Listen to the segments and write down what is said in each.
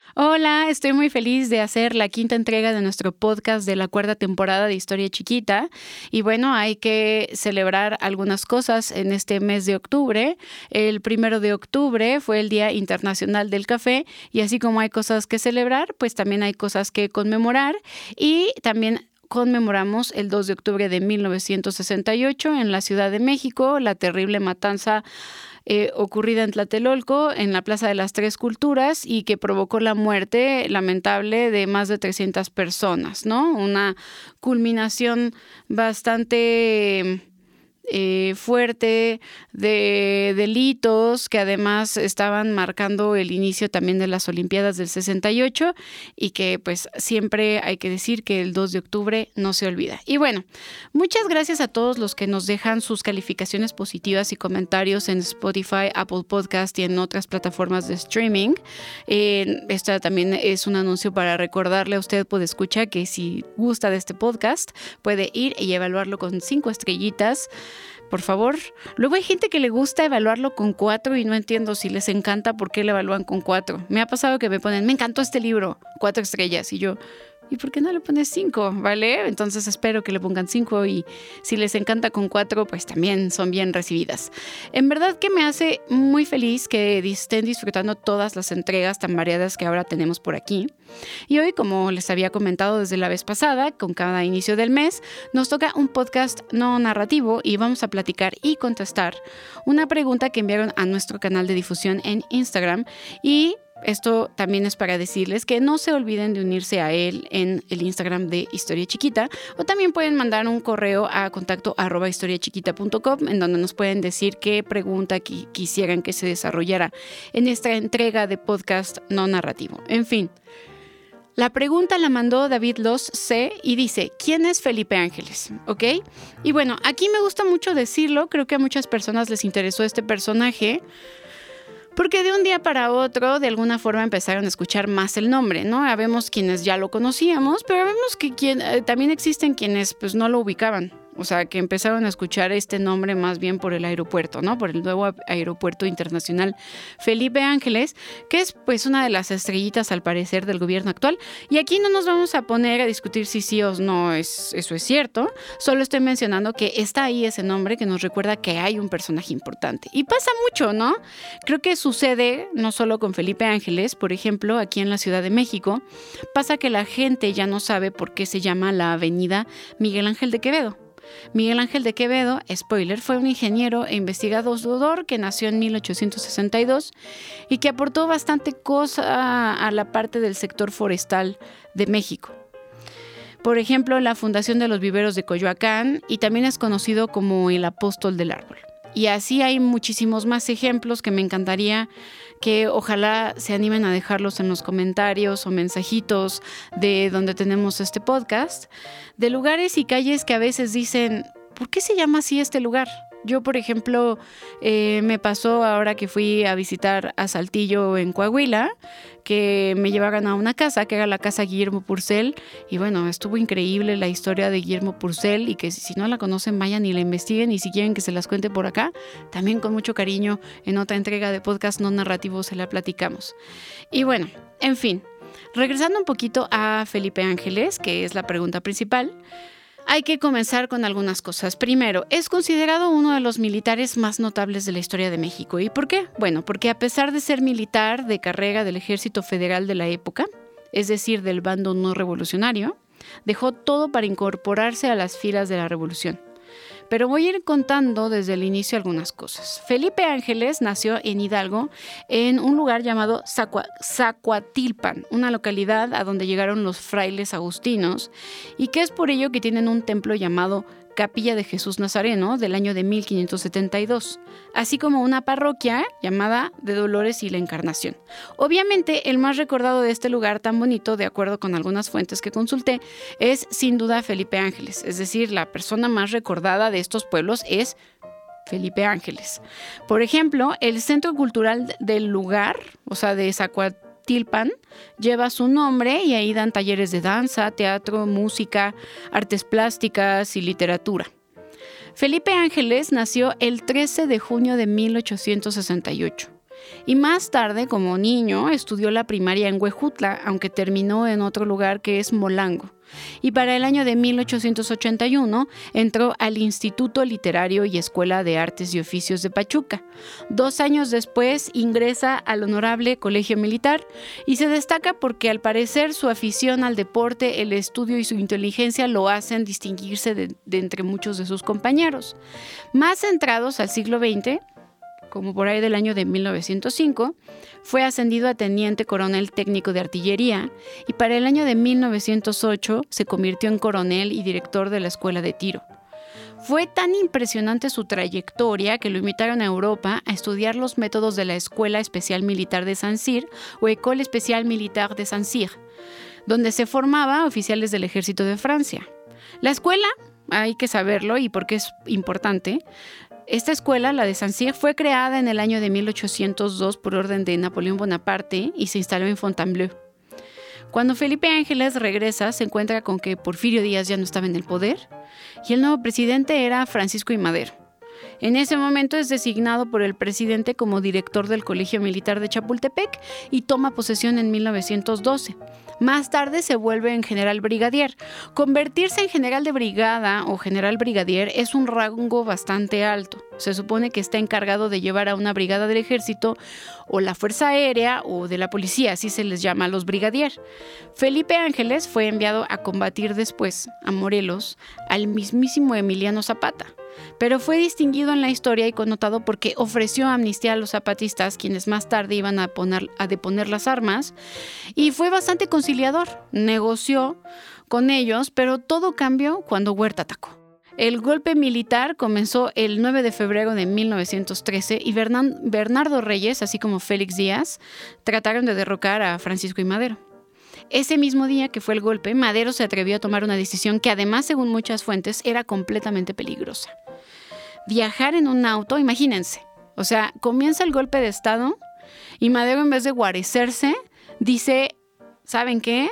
Hola, estoy muy feliz de hacer la quinta entrega de nuestro podcast de la cuarta temporada de Historia Chiquita. Y bueno, hay que celebrar algunas cosas en este mes de octubre. El 1 de octubre fue el Día Internacional del Café y así como hay cosas que celebrar, pues también hay cosas que conmemorar y también conmemoramos el 2 de octubre de 1968 en la Ciudad de México, la terrible matanza ocurrida en Tlatelolco, en la Plaza de las Tres Culturas, y que provocó la muerte lamentable de más de 300 personas, ¿no? Una culminación bastante fuerte de delitos que además estaban marcando el inicio también de las Olimpiadas del 68 y que pues siempre hay que decir que el 2 de octubre no se olvida. Y bueno, muchas gracias a todos los que nos dejan sus calificaciones positivas y comentarios en Spotify, Apple Podcast y en otras plataformas de streaming. Esta también es un anuncio para recordarle a usted, podescucha, que si gusta de este podcast puede ir y evaluarlo con 5 estrellitas. Por favor. Luego hay gente que le gusta evaluarlo con 4 y no entiendo si les encanta por qué le evalúan con 4. Me ha pasado que me ponen, me encantó este libro, 4 estrellas. Y yo, ¿y por qué no le pones 5? ¿Vale? Entonces espero que le pongan 5 y si les encanta con 4, pues también son bien recibidas. En verdad que me hace muy feliz que estén disfrutando todas las entregas tan variadas que ahora tenemos por aquí. Y hoy, como les había comentado desde la vez pasada, con cada inicio del mes, nos toca un podcast no narrativo y vamos a platicar y contestar una pregunta que enviaron a nuestro canal de difusión en Instagram. Y esto también es para decirles que no se olviden de unirse a él en el Instagram de Historia Chiquita, o también pueden mandar un correo a contacto@historiachiquita.com en donde nos pueden decir qué pregunta quisieran que se desarrollara en esta entrega de podcast no narrativo. En fin, la pregunta la mandó David Los C. y dice, ¿quién es Felipe Ángeles? ¿Ok? Y bueno, aquí me gusta mucho decirlo, creo que a muchas personas les interesó este personaje, porque de un día para otro, de alguna forma, empezaron a escuchar más el nombre, ¿no? Habemos quienes ya lo conocíamos, pero vemos que también existen quienes pues no lo ubicaban. O sea, que empezaron a escuchar este nombre más bien por el aeropuerto, ¿no? Por el nuevo aeropuerto internacional Felipe Ángeles, que es pues una de las estrellitas al parecer del gobierno actual. Y aquí no nos vamos a poner a discutir si sí o no eso es cierto. Solo estoy mencionando que está ahí ese nombre que nos recuerda que hay un personaje importante. Y pasa mucho, ¿no? Creo que sucede no solo con Felipe Ángeles, por ejemplo, aquí en la Ciudad de México, pasa que la gente ya no sabe por qué se llama la avenida Miguel Ángel de Quevedo. Miguel Ángel de Quevedo, spoiler, fue un ingeniero e investigador que nació en 1862 y que aportó bastante cosa a la parte del sector forestal de México. Por ejemplo, la fundación de los viveros de Coyoacán, y también es conocido como el apóstol del árbol. Y así hay muchísimos más ejemplos que me encantaría que ojalá se animen a dejarlos en los comentarios o mensajitos de donde tenemos este podcast, de lugares y calles que a veces dicen, ¿por qué se llama así este lugar? Yo, por ejemplo, me pasó ahora que fui a visitar a Saltillo en Coahuila, que me llevaron a una casa, que era la casa Guillermo Purcell, y bueno, estuvo increíble la historia de Guillermo Purcell, y que si no la conocen, vayan y la investiguen, y si quieren que se las cuente por acá, también con mucho cariño, en otra entrega de podcast no narrativo se la platicamos. Y bueno, en fin, regresando un poquito a Felipe Ángeles, que es la pregunta principal, hay que comenzar con algunas cosas. Primero, es considerado uno de los militares más notables de la historia de México. ¿Y por qué? Bueno, porque a pesar de ser militar de carrera del Ejército Federal de la época, es decir, del bando no revolucionario, dejó todo para incorporarse a las filas de la revolución. Pero voy a ir contando desde el inicio algunas cosas. Felipe Ángeles nació en Hidalgo, en un lugar llamado Zacuatilpan, una localidad a donde llegaron los frailes agustinos, y que es por ello que tienen un templo llamado Capilla de Jesús Nazareno del año de 1572, así como una parroquia llamada de Dolores y la Encarnación. Obviamente, el más recordado de este lugar tan bonito, de acuerdo con algunas fuentes que consulté, es sin duda Felipe Ángeles, es decir, la persona más recordada de estos pueblos es Felipe Ángeles. Por ejemplo, el centro cultural del lugar, o sea, de Zacuatilpan, lleva su nombre y ahí dan talleres de danza, teatro, música, artes plásticas y literatura. Felipe Ángeles nació el 13 de junio de 1868. Y más tarde, como niño, estudió la primaria en Huejutla, aunque terminó en otro lugar que es Molango. Y para el año de 1881 entró al Instituto Literario y Escuela de Artes y Oficios de Pachuca. 2 años después ingresa al Honorable Colegio Militar y se destaca porque al parecer su afición al deporte, el estudio y su inteligencia lo hacen distinguirse de entre muchos de sus compañeros. Más centrados al siglo XX, como por ahí del año de 1905, fue ascendido a teniente coronel técnico de artillería y para el año de 1908 se convirtió en coronel y director de la escuela de tiro. Fue tan impresionante su trayectoria que lo invitaron a Europa a estudiar los métodos de la Escuela Especial Militar de Saint-Cyr o École Spéciale Militaire de Saint-Cyr, donde se formaba oficiales del ejército de Francia. La escuela, hay que saberlo y porque es importante, esta escuela, la de Saint-Cyr, fue creada en el año de 1802 por orden de Napoleón Bonaparte y se instaló en Fontainebleau. Cuando Felipe Ángeles regresa, se encuentra con que Porfirio Díaz ya no estaba en el poder y el nuevo presidente era Francisco I. Madero. En ese momento es designado por el presidente como director del Colegio Militar de Chapultepec y toma posesión en 1912. Más tarde se vuelve en general brigadier. Convertirse en general de brigada o general brigadier es un rango bastante alto. Se supone que está encargado de llevar a una brigada del ejército o la Fuerza Aérea o de la policía, así se les llama a los brigadier. Felipe Ángeles fue enviado a combatir después, a Morelos, al mismísimo Emiliano Zapata. Pero fue distinguido en la historia y connotado porque ofreció amnistía a los zapatistas, quienes más tarde iban a deponer las armas, y fue bastante conciliador. Negoció con ellos, pero todo cambió cuando Huerta atacó. El golpe militar comenzó el 9 de febrero de 1913 y Bernardo Reyes, así como Félix Díaz, trataron de derrocar a Francisco I. Madero. Ese mismo día que fue el golpe, Madero se atrevió a tomar una decisión que además, según muchas fuentes, era completamente peligrosa. Viajar en un auto, imagínense. O sea, comienza el golpe de Estado y Madero, en vez de guarecerse, dice, ¿saben qué?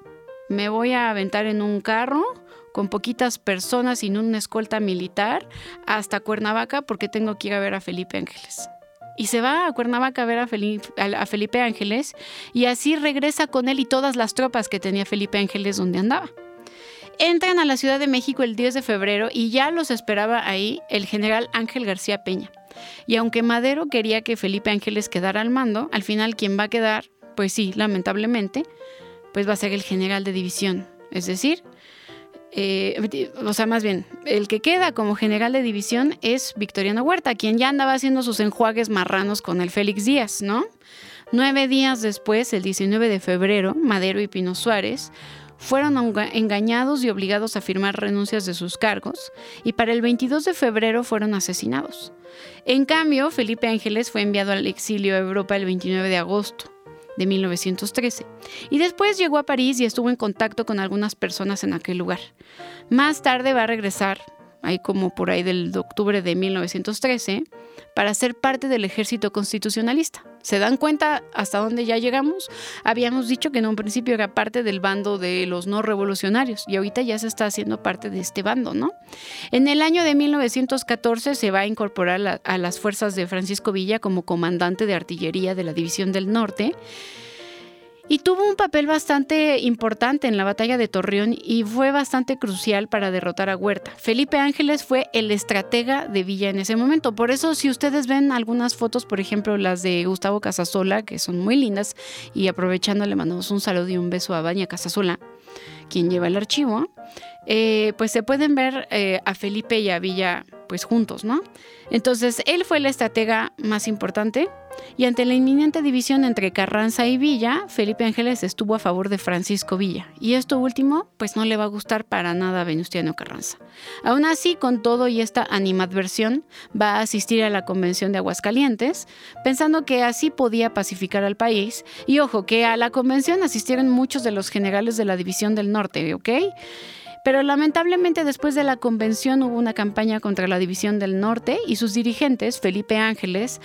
Me voy a aventar en un carro con poquitas personas y en una escolta militar hasta Cuernavaca porque tengo que ir a ver a Felipe Ángeles. Y se va a Cuernavaca a ver a Felipe Ángeles y así regresa con él y todas las tropas que tenía Felipe Ángeles donde andaba. Entran a la Ciudad de México el 10 de febrero y ya los esperaba ahí el general Ángel García Peña. Y aunque Madero quería que Felipe Ángeles quedara al mando, al final quien va a quedar, pues sí, lamentablemente, pues va a ser el general de división. Es decir, más bien, el que queda como general de división es Victoriano Huerta, quien ya andaba haciendo sus enjuagues marranos con el Félix Díaz, ¿no? 9 días después, el 19 de febrero, Madero y Pino Suárez fueron engañados y obligados a firmar renuncias de sus cargos y para el 22 de febrero fueron asesinados. En cambio, Felipe Ángeles fue enviado al exilio a Europa el 29 de agosto de 1913 y después llegó a París y estuvo en contacto con algunas personas en aquel lugar. Más tarde va a regresar, ahí como por ahí del octubre de 1913, para ser parte del ejército constitucionalista. ¿Se dan cuenta hasta dónde ya llegamos? Habíamos dicho que en un principio era parte del bando de los no revolucionarios y ahorita ya se está haciendo parte de este bando, ¿no? En el año de 1914 se va a incorporar a las fuerzas de Francisco Villa como comandante de artillería de la División del Norte. Y tuvo un papel bastante importante en la batalla de Torreón y fue bastante crucial para derrotar a Huerta. Felipe Ángeles fue el estratega de Villa en ese momento. Por eso, si ustedes ven algunas fotos, por ejemplo, las de Gustavo Casasola, que son muy lindas, y aprovechando le mandamos un saludo y un beso a Vania Casasola, quien lleva el archivo, pues se pueden ver a Felipe y a Villa pues juntos, ¿no? Entonces, él fue el estratega más importante y ante la inminente división entre Carranza y Villa, Felipe Ángeles estuvo a favor de Francisco Villa. Y esto último, pues no le va a gustar para nada a Venustiano Carranza. Aún así, con todo y esta animadversión, va a asistir a la Convención de Aguascalientes, pensando que así podía pacificar al país. Y ojo, que a la convención asistieron muchos de los generales de la División del Norte, ¿ok? Pero lamentablemente después de la convención hubo una campaña contra la División del Norte y sus dirigentes, Felipe Ángeles,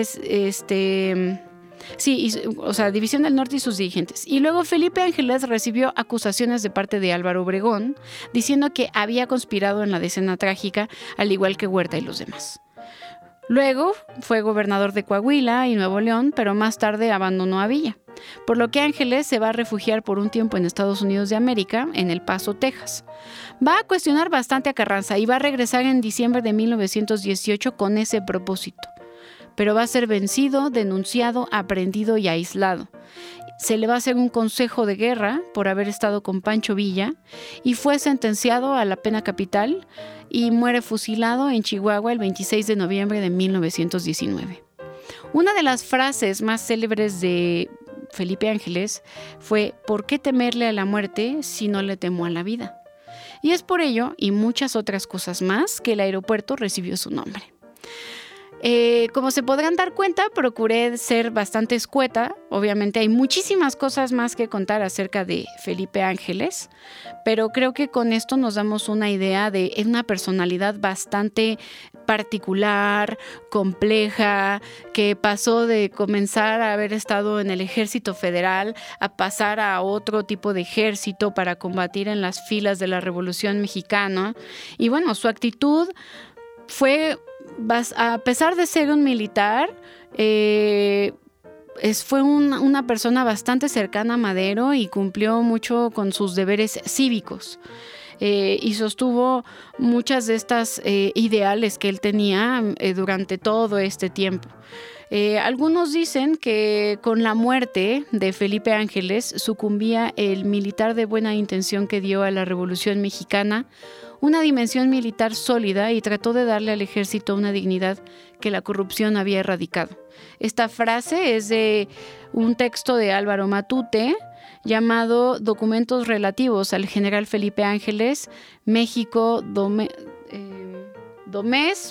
División del Norte y sus dirigentes. Y luego Felipe Ángeles recibió acusaciones de parte de Álvaro Obregón, diciendo que había conspirado en la decena trágica, al igual que Huerta y los demás. Luego fue gobernador de Coahuila y Nuevo León, pero más tarde abandonó a Villa, por lo que Ángeles se va a refugiar por un tiempo en Estados Unidos de América, en El Paso, Texas. Va a cuestionar bastante a Carranza y va a regresar en diciembre de 1918 con ese propósito, pero va a ser vencido, denunciado, aprehendido y aislado. Se le va a hacer un consejo de guerra por haber estado con Pancho Villa y fue sentenciado a la pena capital y muere fusilado en Chihuahua el 26 de noviembre de 1919. Una de las frases más célebres de Felipe Ángeles fue: ¿por qué temerle a la muerte si no le temo a la vida? Y es por ello, y muchas otras cosas más, que el aeropuerto recibió su nombre. Como se podrán dar cuenta, procuré ser bastante escueta. Obviamente hay muchísimas cosas más que contar acerca de Felipe Ángeles, pero creo que con esto nos damos una idea de una personalidad bastante particular, compleja, que pasó de comenzar a haber estado en el Ejército Federal a pasar a otro tipo de ejército para combatir en las filas de la Revolución Mexicana. Y bueno, su actitud fue, a pesar de ser un militar, fue una persona bastante cercana a Madero y cumplió mucho con sus deberes cívicos. Y sostuvo muchas de estas ideales que él tenía durante todo este tiempo. Algunos dicen que con la muerte de Felipe Ángeles sucumbía el militar de buena intención que dio a la Revolución Mexicana una dimensión militar sólida y trató de darle al ejército una dignidad que la corrupción había erradicado. Esta frase es de un texto de Álvaro Matute llamado Documentos relativos al general Felipe Ángeles, México, Domés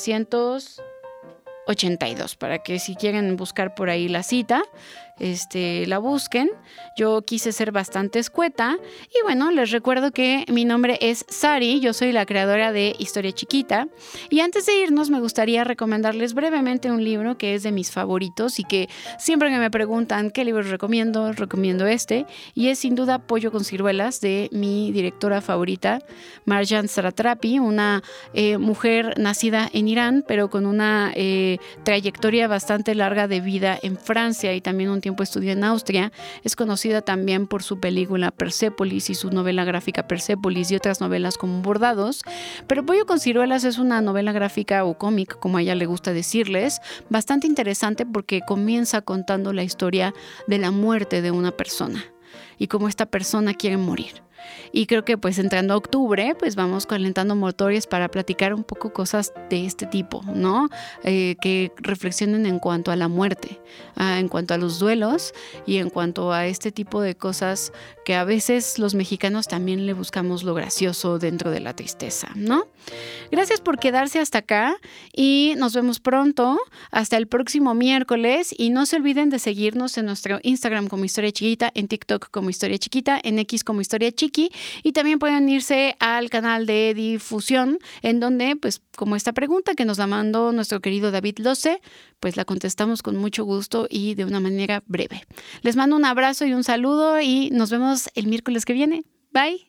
1982, para que si quieren buscar por ahí la cita, la busquen. Yo quise ser bastante escueta y bueno, les recuerdo que mi nombre es Sari, yo soy la creadora de Historia Chiquita y antes de irnos me gustaría recomendarles brevemente un libro que es de mis favoritos y que siempre que me preguntan qué libros recomiendo este, y es sin duda Pollo con ciruelas, de mi directora favorita, Marjane Satrapi, una mujer nacida en Irán pero con una trayectoria bastante larga de vida en Francia y también un tiempo estudió en Austria. Es conocida también por su película Persépolis y su novela gráfica Persépolis y otras novelas como Bordados, pero Pollo con ciruelas es una novela gráfica o cómic, como a ella le gusta decirles, bastante interesante porque comienza contando la historia de la muerte de una persona y cómo esta persona quiere morir. Y creo que pues entrando a octubre pues vamos calentando motores para platicar un poco cosas de este tipo, ¿no? Que reflexionen en cuanto a la muerte, en cuanto a los duelos y en cuanto a este tipo de cosas que a veces los mexicanos también le buscamos lo gracioso dentro de la tristeza, ¿no? Gracias por quedarse hasta acá y nos vemos pronto, hasta el próximo miércoles, y no se olviden de seguirnos en nuestro Instagram como Historia Chiquita, en TikTok como Historia Chiquita, en X como Historia Chiqui, y también pueden irse al canal de difusión en donde, pues como esta pregunta que nos la mandó nuestro querido David Loce, pues la contestamos con mucho gusto y de una manera breve. Les mando un abrazo y un saludo y nos vemos el miércoles que viene. Bye.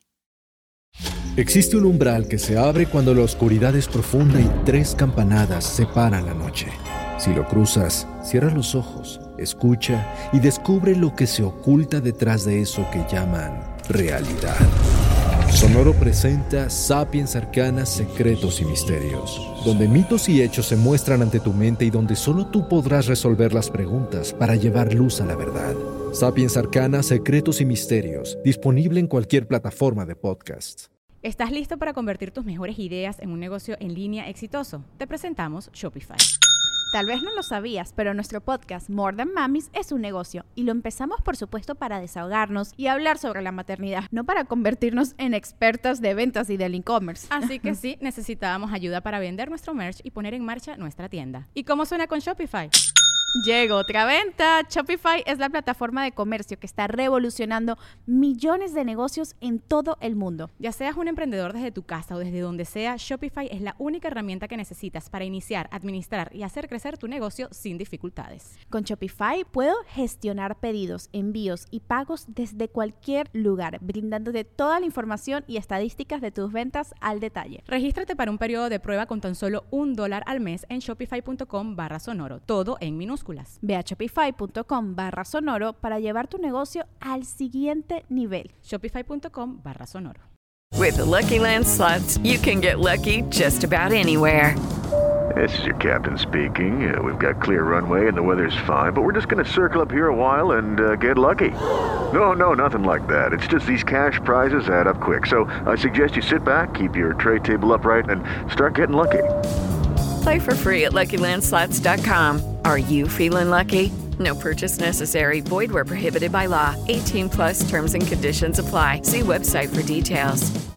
Existe un umbral que se abre cuando la oscuridad es profunda y 3 campanadas separan la noche. Si lo cruzas, cierra los ojos, escucha y descubre lo que se oculta detrás de eso que llaman realidad. Sonoro presenta Sapiens Arcana, Secretos y Misterios, donde mitos y hechos se muestran ante tu mente y donde solo tú podrás resolver las preguntas para llevar luz a la verdad. Sapiens Arcana, Secretos y Misterios, disponible en cualquier plataforma de podcast. ¿Estás listo para convertir tus mejores ideas en un negocio en línea exitoso? Te presentamos Shopify. Tal vez no lo sabías, pero nuestro podcast More Than Mamis es un negocio y lo empezamos por supuesto para desahogarnos y hablar sobre la maternidad, no para convertirnos en expertas de ventas y del e-commerce. Así que sí, necesitábamos ayuda para vender nuestro merch y poner en marcha nuestra tienda. ¿Y cómo suena con Shopify? Llegó otra venta. Shopify es la plataforma de comercio que está revolucionando millones de negocios en todo el mundo. Ya seas un emprendedor desde tu casa o desde donde sea, Shopify es la única herramienta que necesitas para iniciar, administrar y hacer crecer tu negocio sin dificultades. Con Shopify puedo gestionar pedidos, envíos y pagos desde cualquier lugar, brindándote toda la información y estadísticas de tus ventas al detalle. Regístrate para un periodo de prueba con tan solo $1 al mes en shopify.com/sonoro, todo en minúsculas. Ve a shopify.com/sonoro para llevar tu negocio al siguiente nivel. Shopify.com/sonoro. With the Lucky Land Slots, you can get lucky just about anywhere. This is your captain speaking. We've got clear runway and the weather's fine, but we're just going to circle up here a while and get lucky. No, nothing like that. It's just these cash prizes add up quick. So I suggest you sit back, keep your tray table upright, and start getting lucky. Play for free at LuckyLandSlots.com. Are you feeling lucky? No purchase necessary. Void where prohibited by law. 18+ terms and conditions apply. See website for details.